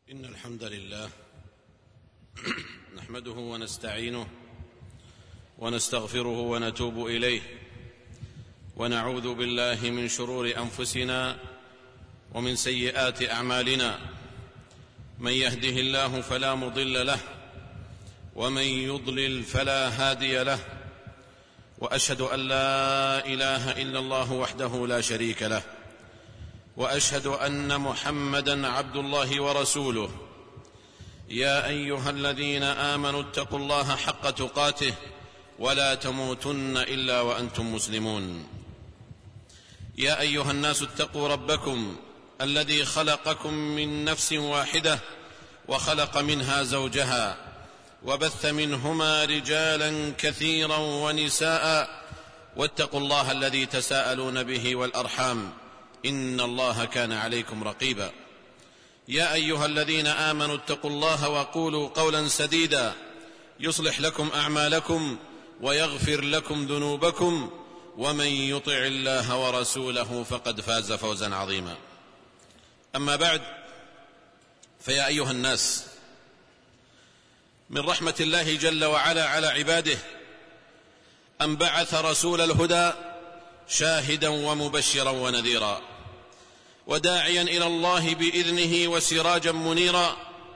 إن الحمد لله نحمده ونستعينه ونستغفره ونتوب إليه، ونعوذ بالله من شرور أنفسنا ومن سيئات أعمالنا. من يهده الله فلا مضل له، ومن يضلل فلا هادي له، وأشهد أن لا إله إلا الله وحده لا شريك له، وأشهد أن محمدًا عبد الله ورسوله. يا أيها الذين آمنوا اتقوا الله حق تقاته ولا تموتن إلا وأنتم مسلمون. يا أيها الناس اتقوا ربكم الذي خلقكم من نفس واحدة وخلق منها زوجها، وبث منهما رجالا كثيرا ونساء، واتقوا الله الذي تساءلون به والأرحام، إن الله كان عليكم رقيبا. يا أيها الذين آمنوا اتقوا الله وقولوا قولا سديدا يصلح لكم أعمالكم ويغفر لكم ذنوبكم، ومن يطع الله ورسوله فقد فاز فوزا عظيما. أما بعد، فيا أيها الناس، من رحمة الله جل وعلا على عباده أن بعث رسول الهدى شاهدا ومبشرا ونذيرا، وداعيا إلى الله بإذنه وسراجا منيرا.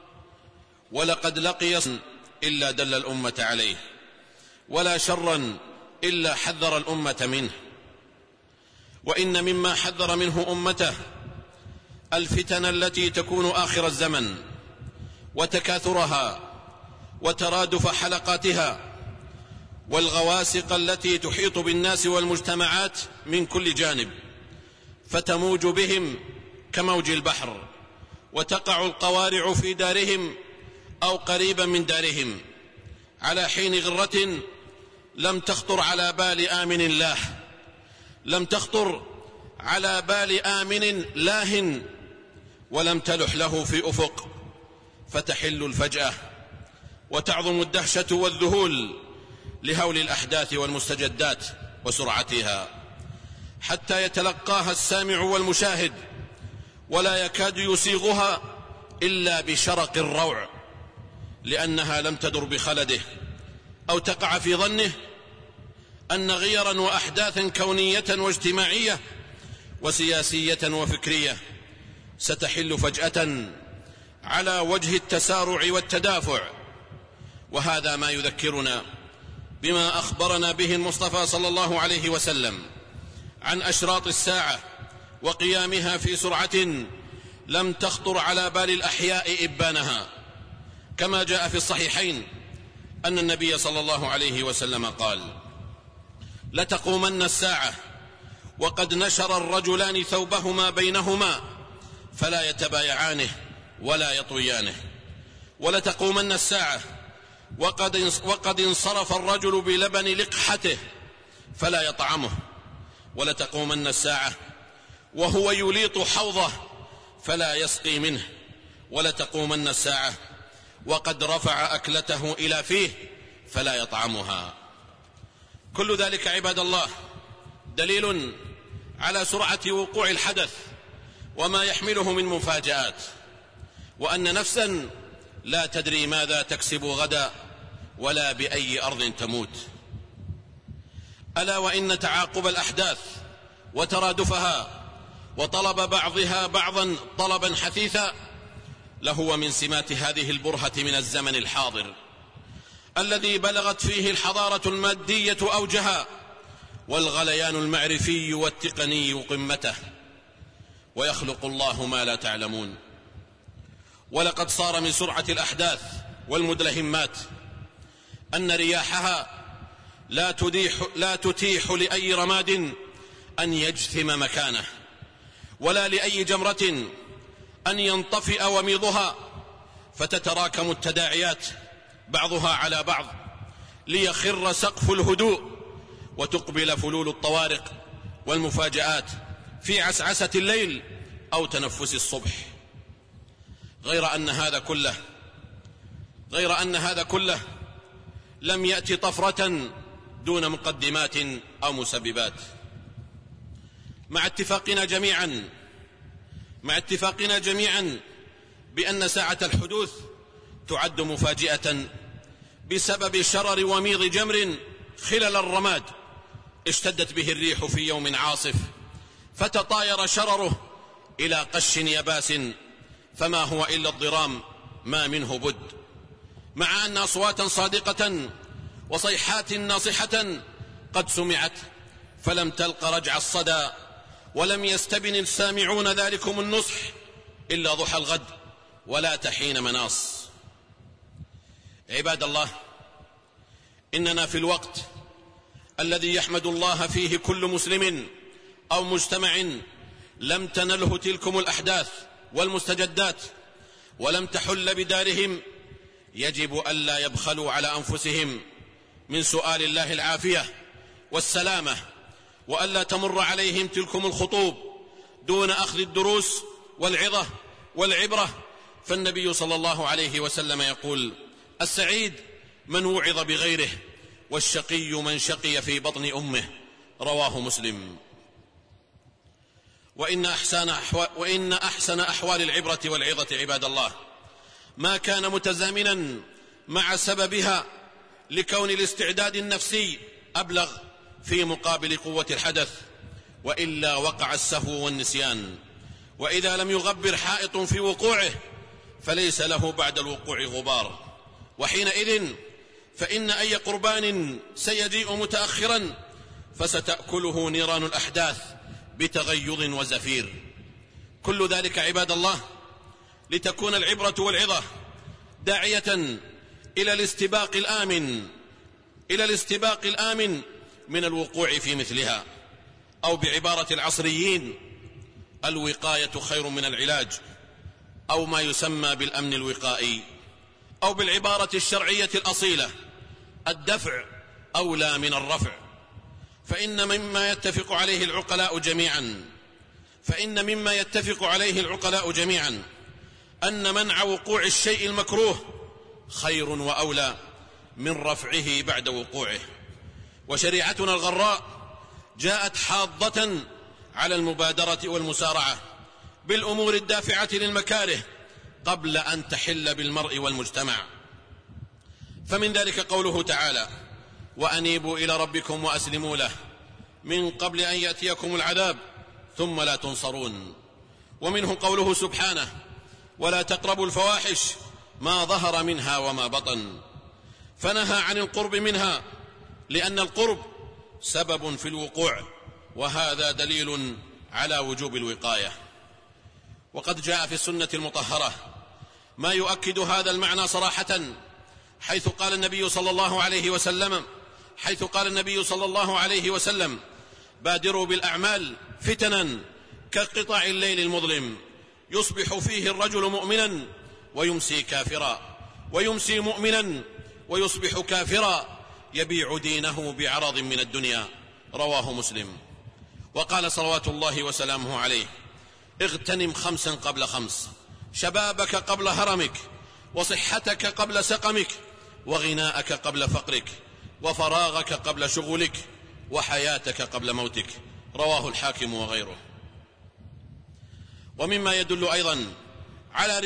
ولقد لقي إلا دل الأمة عليه، ولا شرا إلا حذر الأمة منه. وإن مما حذر منه أمته الفتن التي تكون آخر الزمن، وتكاثرها وترادف حلقاتها، والغواسق التي تحيط بالناس والمجتمعات من كل جانب، فتموج بهم كموج البحر، وتقع القوارع في دارهم أو قريبا من دارهم على حين غرة لم تخطر على بال آمن الله، لم تخطر على بال آمن لاه، ولم تلح له في أفق، فتحل الفجأة وتعظم الدهشة والذهول لهول الأحداث والمستجدات وسرعتها، حتى يتلقاها السامع والمشاهد ولا يكاد يسيغها إلا بشرق الروع، لأنها لم تدر بخلده أو تقع في ظنه أن غيرا وأحداثا كونية واجتماعية وسياسية وفكرية ستحل فجأة على وجه التسارع والتدافع. وهذا ما يذكرنا بما أخبرنا به المصطفى صلى الله عليه وسلم عن أشراط الساعة وقيامها في سرعة لم تخطر على بال الأحياء إبانها، كما جاء في الصحيحين أن النبي صلى الله عليه وسلم قال: لتقومن الساعة وقد نشر الرجلان ثوبهما بينهما فلا يتبايعانه ولا يطويانه، ولتقومن الساعة وقد انصرف الرجل بلبن لقحته فلا يطعمه، ولتقومن الساعة وهو يليط حوضه فلا يسقي منه، ولتقومن الساعة وقد رفع أكلته إلى فيه فلا يطعمها. كل ذلك عباد الله دليل على سرعة وقوع الحدث وما يحمله من مفاجآت، وأن نفسا لا تدري ماذا تكسب غدا ولا بأي أرض تموت. ألا وإن تعاقب الأحداث وترادفها وطلب بعضها بعضا طلبا حثيثا لهو من سمات هذه البرهة من الزمن الحاضر، الذي بلغت فيه الحضارة المادية أوجها، والغليان المعرفي والتقني قمته، ويخلق الله ما لا تعلمون. ولقد صار من سرعة الأحداث والمدلهمات أن رياحها لا تتيح لأي رماد أن يجثم مكانه، ولا لأي جمرة أن ينطفئ وميضها، فتتراكم التداعيات بعضها على بعض ليخر سقف الهدوء، وتقبل فلول الطوارق والمفاجآت في عسعسة الليل أو تنفس الصبح. غير أن هذا كله لم يأتي طفرة دون مقدمات أو مسببات. مع اتفاقنا جميعا بأن ساعة الحدوث تعد مفاجئة بسبب شرر وميض جمر خلل الرماد اشتدت به الريح في يوم عاصف، فتطاير شرره إلى قش يباس، فما هو إلا الضرام ما منه بد، مع أن أصواتا صادقة وصيحات ناصحة قد سمعت، فلم تلق رجع الصدى، ولم يستبن السامعون ذلكم النصح إلا ضحى الغد ولا تحين مناص. عباد الله، إننا في الوقت الذي يحمد الله فيه كل مسلم أو مجتمع لم تنله تلكم الأحداث والمستجدات ولم تحل بدارهم، يجب ألا يبخلوا على أنفسهم من سؤال الله العافية والسلامة، وألا تمر عليهم تلكم الخطوب دون أخذ الدروس والعظة والعبرة. فالنبي صلى الله عليه وسلم يقول: السعيد من وعظ بغيره، والشقي من شقي في بطن أمه. رواه مسلم. وإن أحسن أحوال العبرة والعظة عباد الله ما كان متزامنا مع سببها، لكون الاستعداد النفسي أبلغ في مقابل قوة الحدث، وإلا وقع السهو والنسيان. وإذا لم يغبر حائط في وقوعه فليس له بعد الوقوع غبار، وحينئذ فإن أي قربان سيجيء متأخرا فستأكله نيران الأحداث بتغيظ وزفير. كل ذلك عباد الله لتكون العبرة والعظة داعية إلى الاستباق الآمن من الوقوع في مثلها، أو بعبارة العصريين: الوقاية خير من العلاج، أو ما يسمى بالأمن الوقائي، أو بالعبارة الشرعية الأصيلة: الدفع أولى من الرفع. فإن مما يتفق عليه العقلاء جميعا أن منع وقوع الشيء المكروه خير وأولى من رفعه بعد وقوعه. وشريعتنا الغراء جاءت حاضة على المبادرة والمسارعة بالأمور الدافعة للمكاره قبل أن تحل بالمرء والمجتمع. فمن ذلك قوله تعالى: وأنيبوا إلى ربكم وأسلموا له من قبل أن يأتيكم العذاب ثم لا تنصرون. ومنه قوله سبحانه: ولا تقربوا الفواحش ما ظهر منها وما بطن، فنهى عن القرب منها لأن القرب سبب في الوقوع، وهذا دليل على وجوب الوقاية. وقد جاء في السنة المطهرة ما يؤكد هذا المعنى صراحة، حيث قال النبي صلى الله عليه وسلم: بادروا بالأعمال فتنا كقطع الليل المظلم، يصبح فيه الرجل مؤمنا ويمسي كافرا، ويمسي مؤمنا ويصبح كافرا، يبيع دينه بعرض من الدنيا. رواه مسلم. وقال صلوات الله وسلامه عليه: اغتنم 5 قبل 5، شبابك قبل هرمك، وصحتك قبل سقمك، وغناءك قبل فقرك، وفراغك قبل شغلك، وحياتك قبل موتك. رواه الحاكم وغيره. ومما يدل أيضا على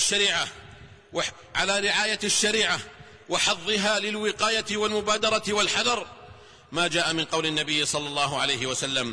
رعاية الشريعة وحظها للوقاية والمبادرة والحذر ما جاء من قول النبي صلى الله عليه وسلم: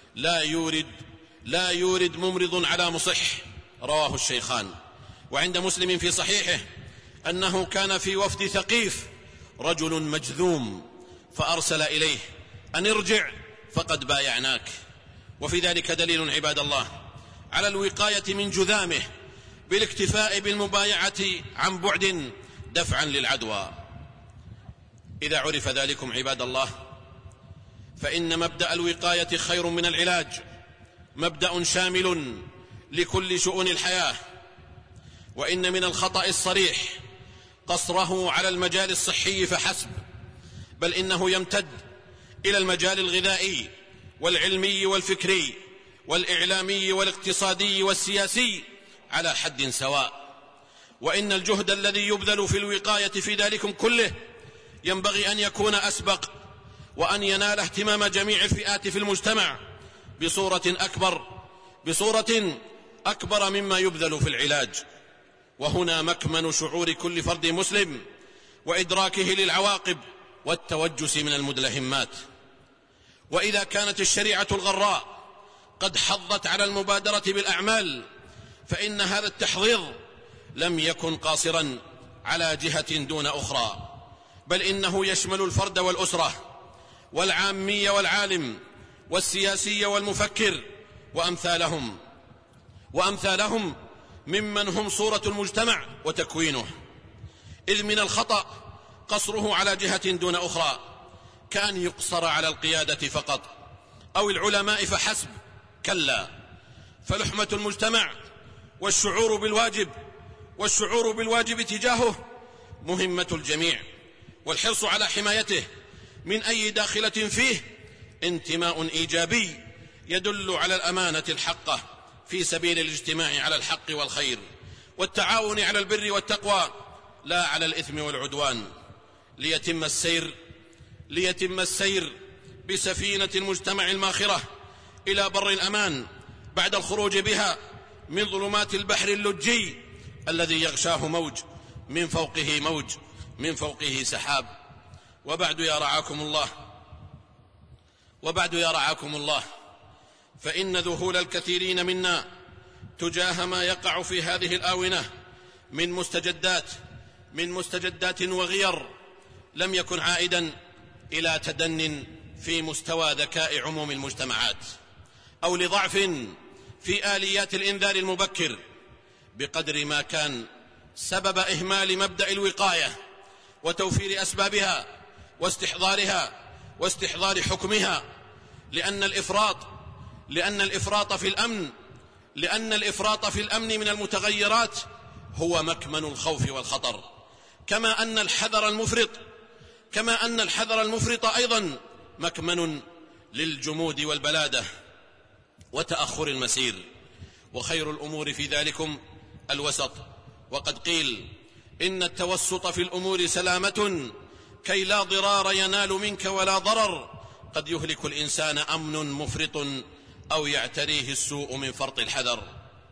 لا يورد ممرض على مصح. رواه الشيخان. وعند مسلم في صحيحه أنه كان في وفد ثقيف رجل مجذوم فأرسل إليه أن ارجع فقد بايعناك. وفي ذلك دليل عباد الله على الوقاية من جذامه بالاكتفاء بالمبايعة عن بعد دفعا للعدوى. إذا عرف ذلكم عباد الله فإن مبدأ الوقاية خير من العلاج، مبدأ شامل لكل شؤون الحياة. وإن من الخطأ الصريح قصره على المجال الصحي فحسب، بل إنه يمتد إلى المجال الغذائي والعلمي والفكري والإعلامي والاقتصادي والسياسي على حد سواء. وإن الجهد الذي يبذل في الوقاية في ذلكم كله ينبغي أن يكون أسبق، وأن ينال اهتمام جميع الفئات في المجتمع بصورة أكبر مما يبذل في العلاج. وهنا مكمن شعور كل فرد مسلم وإدراكه للعواقب والتوجس من المدلهمات. وإذا كانت الشريعة الغراء قد حضت على المبادرة بالأعمال، فإن هذا التحضيض لم يكن قاصرا على جهة دون أخرى، بل إنه يشمل الفرد والأسرة والعامي والعالم والسياسي والمفكر وأمثالهم ممن هم صورة المجتمع وتكوينه. إذ من الخطأ قصره على جهة دون أخرى، كأن يقصر على القيادة فقط أو العلماء فحسب. كلا، فلحمة المجتمع والشعور بالواجب تجاهه مهمة الجميع، والحرص على حمايته من أي داخلة فيه انتماء إيجابي يدل على الأمانة الحقة في سبيل الاجتماع على الحق والخير والتعاون على البر والتقوى لا على الإثم والعدوان، ليتم السير بسفينة المجتمع الماخرة إلى بر الأمان بعد الخروج بها من ظلمات البحر اللجي الذي يغشاه موج من فوقه سحاب. وبعد يا رعاكم الله، فإن ذهول الكثيرين منا تجاه ما يقع في هذه الآونة من مستجدات وغير لم يكن عائدا إلى تدن في مستوى ذكاء عموم المجتمعات أو لضعف في آليات الإنذار المبكر، بقدر ما كان سبب إهمال مبدأ الوقاية وتوفير أسبابها واستحضار حكمها، لأن الإفراط في الأمن من المتغيرات هو مكمن الخوف والخطر، كما أن الحذر المفرط أيضا مكمن للجمود والبلادة وتأخر المسير. وخير الأمور في ذلكم الوسط، وقد قيل إن التوسط في الأمور سلامة، كي لا ضرار ينال منك ولا ضرر، قد يهلك الإنسان أمن مفرط أو يعتريه السوء من فرط الحذر.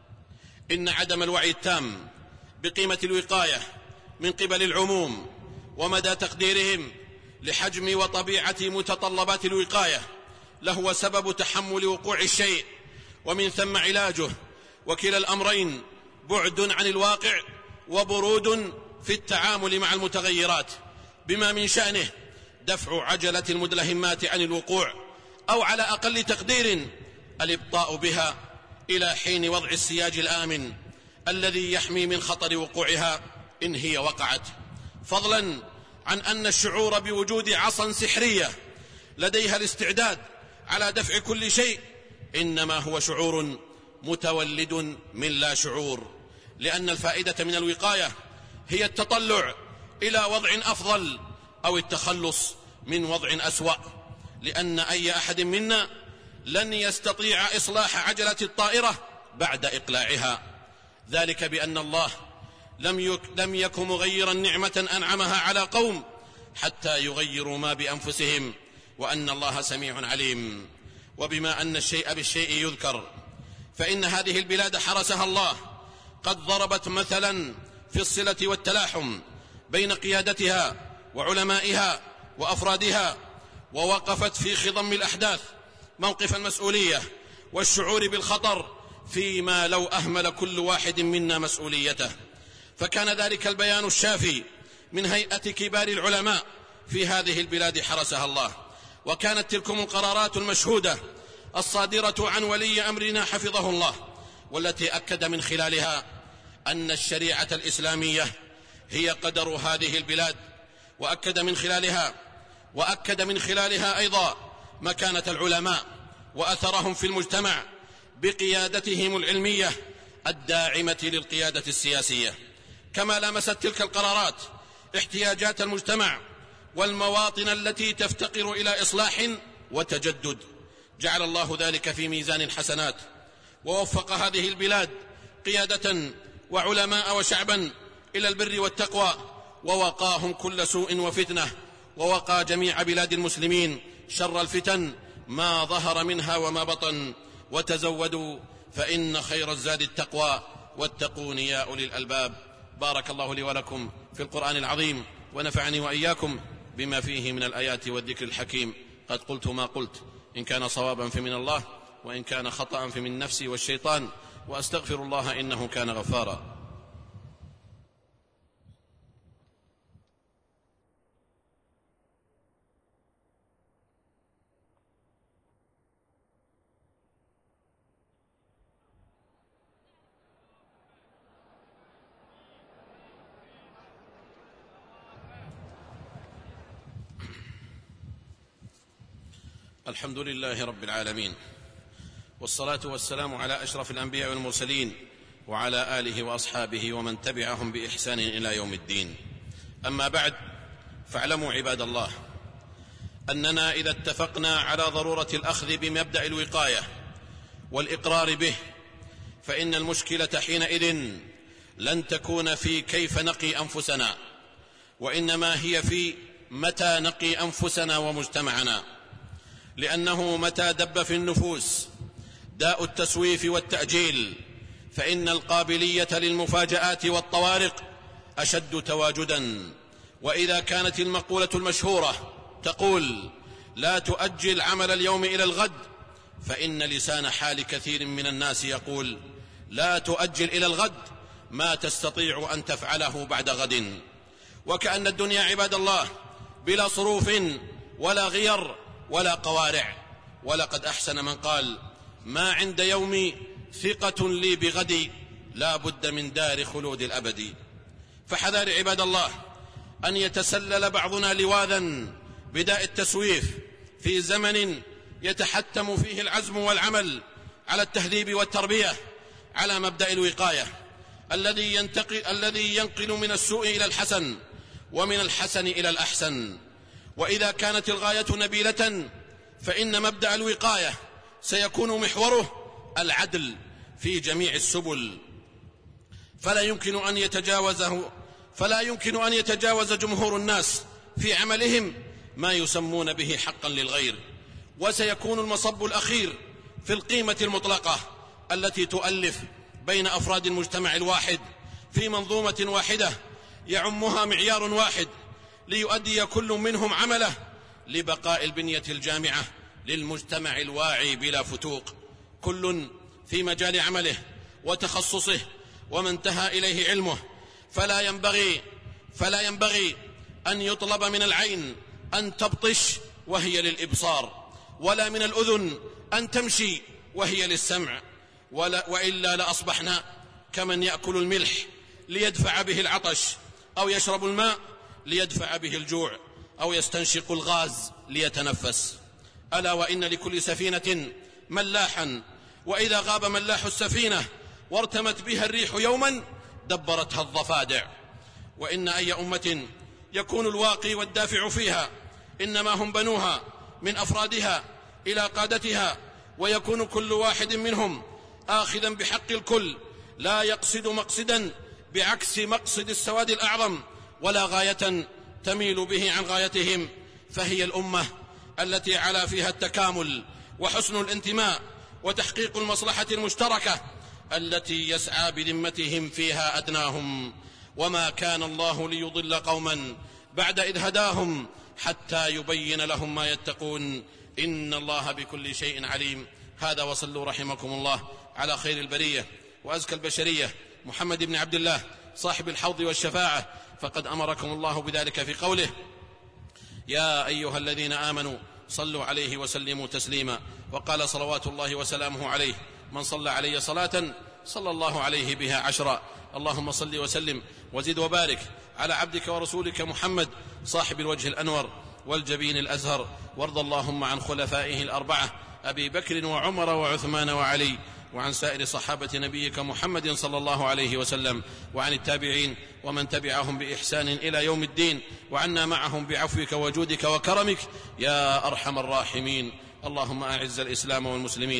إن عدم الوعي التام بقيمة الوقاية من قبل العموم ومدى تقديرهم لحجم وطبيعة متطلبات الوقاية لهو سبب تحمل وقوع الشيء ومن ثم علاجه، وكلا الأمرين بعد عن الواقع وبرود في التعامل مع المتغيرات، بما من شأنه دفع عجلة المدلهمات عن الوقوع، أو على أقل تقدير الإبطاء بها إلى حين وضع السياج الآمن الذي يحمي من خطر وقوعها إن هي وقعت، فضلا عن أن الشعور بوجود عصا سحرية لديها الاستعداد على دفع كل شيء إنما هو شعور متولد من لا شعور، لأن الفائدة من الوقاية هي التطلع إلى وضع أفضل أو التخلص من وضع أسوأ، لأن أي أحد منا لن يستطيع إصلاح عجلة الطائرة بعد إقلاعها، ذلك بأن الله لم يك مغيرا نعمة أنعمها على قوم حتى يغيروا ما بأنفسهم، وأن الله سميع عليم. وبما أن الشيء بالشيء يذكر، فإن هذه البلاد حرسها الله قد ضربت مثلا في الصلة والتلاحم بين قيادتها وعلمائها وأفرادها، ووقفت في خضم الأحداث موقف المسؤولية والشعور بالخطر فيما لو أهمل كل واحد منا مسؤوليته. فكان ذلك البيان الشافي من هيئة كبار العلماء في هذه البلاد حرسها الله، وكانت تلكم القرارات المشهودة الصادرة عن ولي أمرنا حفظه الله، والتي أكد من خلالها أن الشريعة الإسلامية هي قدر هذه البلاد، وأكد من خلالها أيضا مكانة العلماء وأثرهم في المجتمع بقيادتهم العلمية الداعمة للقيادة السياسية. كما لمست تلك القرارات احتياجات المجتمع والمواطن التي تفتقر إلى إصلاح وتجدد، جعل الله ذلك في ميزان الحسنات، ووفق هذه البلاد قيادة وعلماء وشعبا إلى البر والتقوى، ووقاهم كل سوء وفتنة، ووقى جميع بلاد المسلمين شر الفتن ما ظهر منها وما بطن. وتزودوا فإن خير الزاد التقوى، واتقون يا أولي الألباب. بارك الله لي ولكم في القرآن العظيم، ونفعني وإياكم بما فيه من الآيات والذكر الحكيم. قد قلت ما قلت، إن كان صوابا فمن الله، وإن كان خطأ فمن نفسي والشيطان، وأستغفر الله إنه كان غفارا. الحمد لله رب العالمين، والصلاة والسلام على أشرف الأنبياء والمرسلين، وعلى آله وأصحابه ومن تبعهم بإحسان إلى يوم الدين. أما بعد، فاعلموا عباد الله أننا إذا اتفقنا على ضرورة الأخذ بمبدأ الوقاية والإقرار به، فإن المشكلة حينئذ لن تكون في كيف نقي أنفسنا، وإنما هي في متى نقي أنفسنا ومجتمعنا. لأنه متى دب في النفوس داء التسويف والتأجيل، فإن القابلية للمفاجآت والطوارق أشد تواجدا. وإذا كانت المقولة المشهورة تقول لا تؤجل عمل اليوم إلى الغد، فإن لسان حال كثير من الناس يقول لا تؤجل إلى الغد ما تستطيع أن تفعله بعد غد. وكأن الدنيا عباد الله بلا صروف ولا غير ولا قوارع. ولقد أحسن من قال ما عند يومي ثقة لي بغدي، لا بد من دار خلود الأبد. فحذار عباد الله أن يتسلل بعضنا لواذا بداء التسويف في زمن يتحتم فيه العزم والعمل على التهذيب والتربية على مبدأ الوقاية الذي ينقل من السوء إلى الحسن، ومن الحسن إلى الأحسن. وإذا كانت الغاية نبيلة، فإن مبدأ الوقاية سيكون محوره العدل في جميع السبل، فلا يمكن أن يتجاوز جمهور الناس في عملهم ما يسمون به حقا للغير. وسيكون المصب الأخير في القيمة المطلقة التي تؤلف بين أفراد المجتمع الواحد في منظومة واحدة يعمها معيار واحد، ليؤدي كل منهم عمله لبقاء البنية الجامعة للمجتمع الواعي بلا فتوق، كل في مجال عمله وتخصصه وما انتهى إليه علمه. فلا ينبغي أن يطلب من العين أن تبطش وهي للإبصار، ولا من الأذن أن تمشي وهي للسمع، وإلا لأصبحنا كمن يأكل الملح ليدفع به العطش، أو يشرب الماء ليدفع به الجوع، أو يستنشق الغاز ليتنفس. ألا وإن لكل سفينة ملاحا، وإذا غاب ملاح السفينة وارتمت بها الريح يوما دبرتها الضفادع. وإن أي أمة يكون الواقي والدافع فيها إنما هم بنوها من أفرادها إلى قادتها، ويكون كل واحد منهم آخذا بحق الكل، لا يقصد مقصدا بعكس مقصد السواد الأعظم، ولا غاية تميل به عن غايتهم، فهي الأمة التي علا فيها التكامل وحسن الانتماء وتحقيق المصلحة المشتركة التي يسعى بذمتهم فيها أدناهم. وما كان الله ليضل قوما بعد إذ هداهم حتى يبين لهم ما يتقون، إن الله بكل شيء عليم. هذا وصلوا رحمكم الله على خير البرية وأزكى البشرية محمد بن عبد الله صاحب الحوض والشفاعة، فقد أمركم الله بذلك في قوله يا أيها الذين آمنوا صلوا عليه وسلموا تسليما. وقال صلوات الله وسلامه عليه من صلى علي صلاة صلى الله عليه بها 10. اللهم صل وسلم وزد وبارك على عبدك ورسولك محمد صاحب الوجه الأنور والجبين الأزهر، وارض اللهم عن خلفائه الأربعة أبي بكر وعمر وعثمان وعلي، وعن سائر صحابة نبيك محمد صلى الله عليه وسلم، وعن التابعين ومن تبعهم بإحسان إلى يوم الدين، وعنا معهم بعفوك وجودك وكرمك يا أرحم الراحمين. اللهم أعز الإسلام والمسلمين،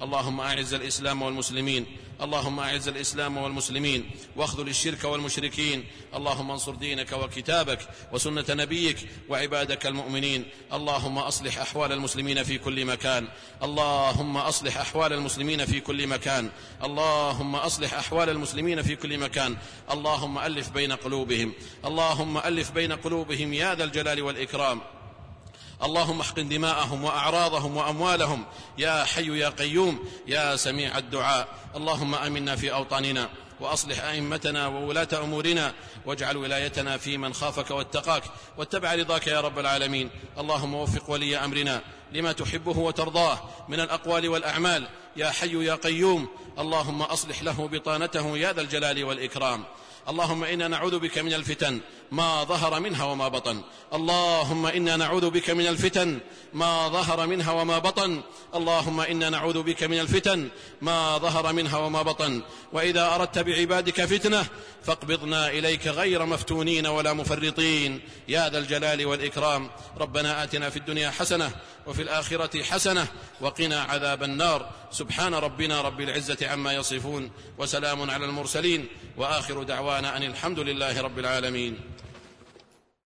اللهم أعز الإسلام والمسلمين، اللهم أعز الإسلام والمسلمين واخذل الشرك والمشركين. اللهم انصر دينك وكتابك وسنة نبيك وعبادك المؤمنين. اللهم أصلح أحوال المسلمين في كل مكان، اللهم أصلح أحوال المسلمين في كل مكان، اللهم أصلح أحوال المسلمين في كل مكان. اللهم ألف بين قلوبهم، اللهم ألف بين قلوبهم يا ذا الجلال والإكرام. اللهم احقن دماءهم وأعراضهم وأموالهم يا حي يا قيوم يا سميع الدعاء. اللهم آمنا في أوطاننا وأصلح أئمتنا وولاة أمورنا، واجعل ولايتنا في من خافك واتقاك واتبع رضاك يا رب العالمين. اللهم وفق ولي أمرنا لما تحبه وترضاه من الأقوال والأعمال يا حي يا قيوم. اللهم أصلح له بطانته يا ذا الجلال والإكرام. اللهم إنا نعوذ بك من الفتن ما ظهر منها وما بطن، اللهم إنا نعوذ بك من الفتن ما ظهر منها وما بطن، اللهم إنا نعوذ بك من الفتن ما ظهر منها وما بطن. وإذا أردت بعبادك فتنة فاقبضنا إليك غير مفتونين ولا مفرطين يا ذا الجلال والإكرام. ربنا آتنا في الدنيا حسنة وفي الآخرة حسنة وقنا عذاب النار. سبحان ربنا رب العزة عما يصفون، وسلام على المرسلين، وآخر دعوانا أن الحمد لله رب العالمين.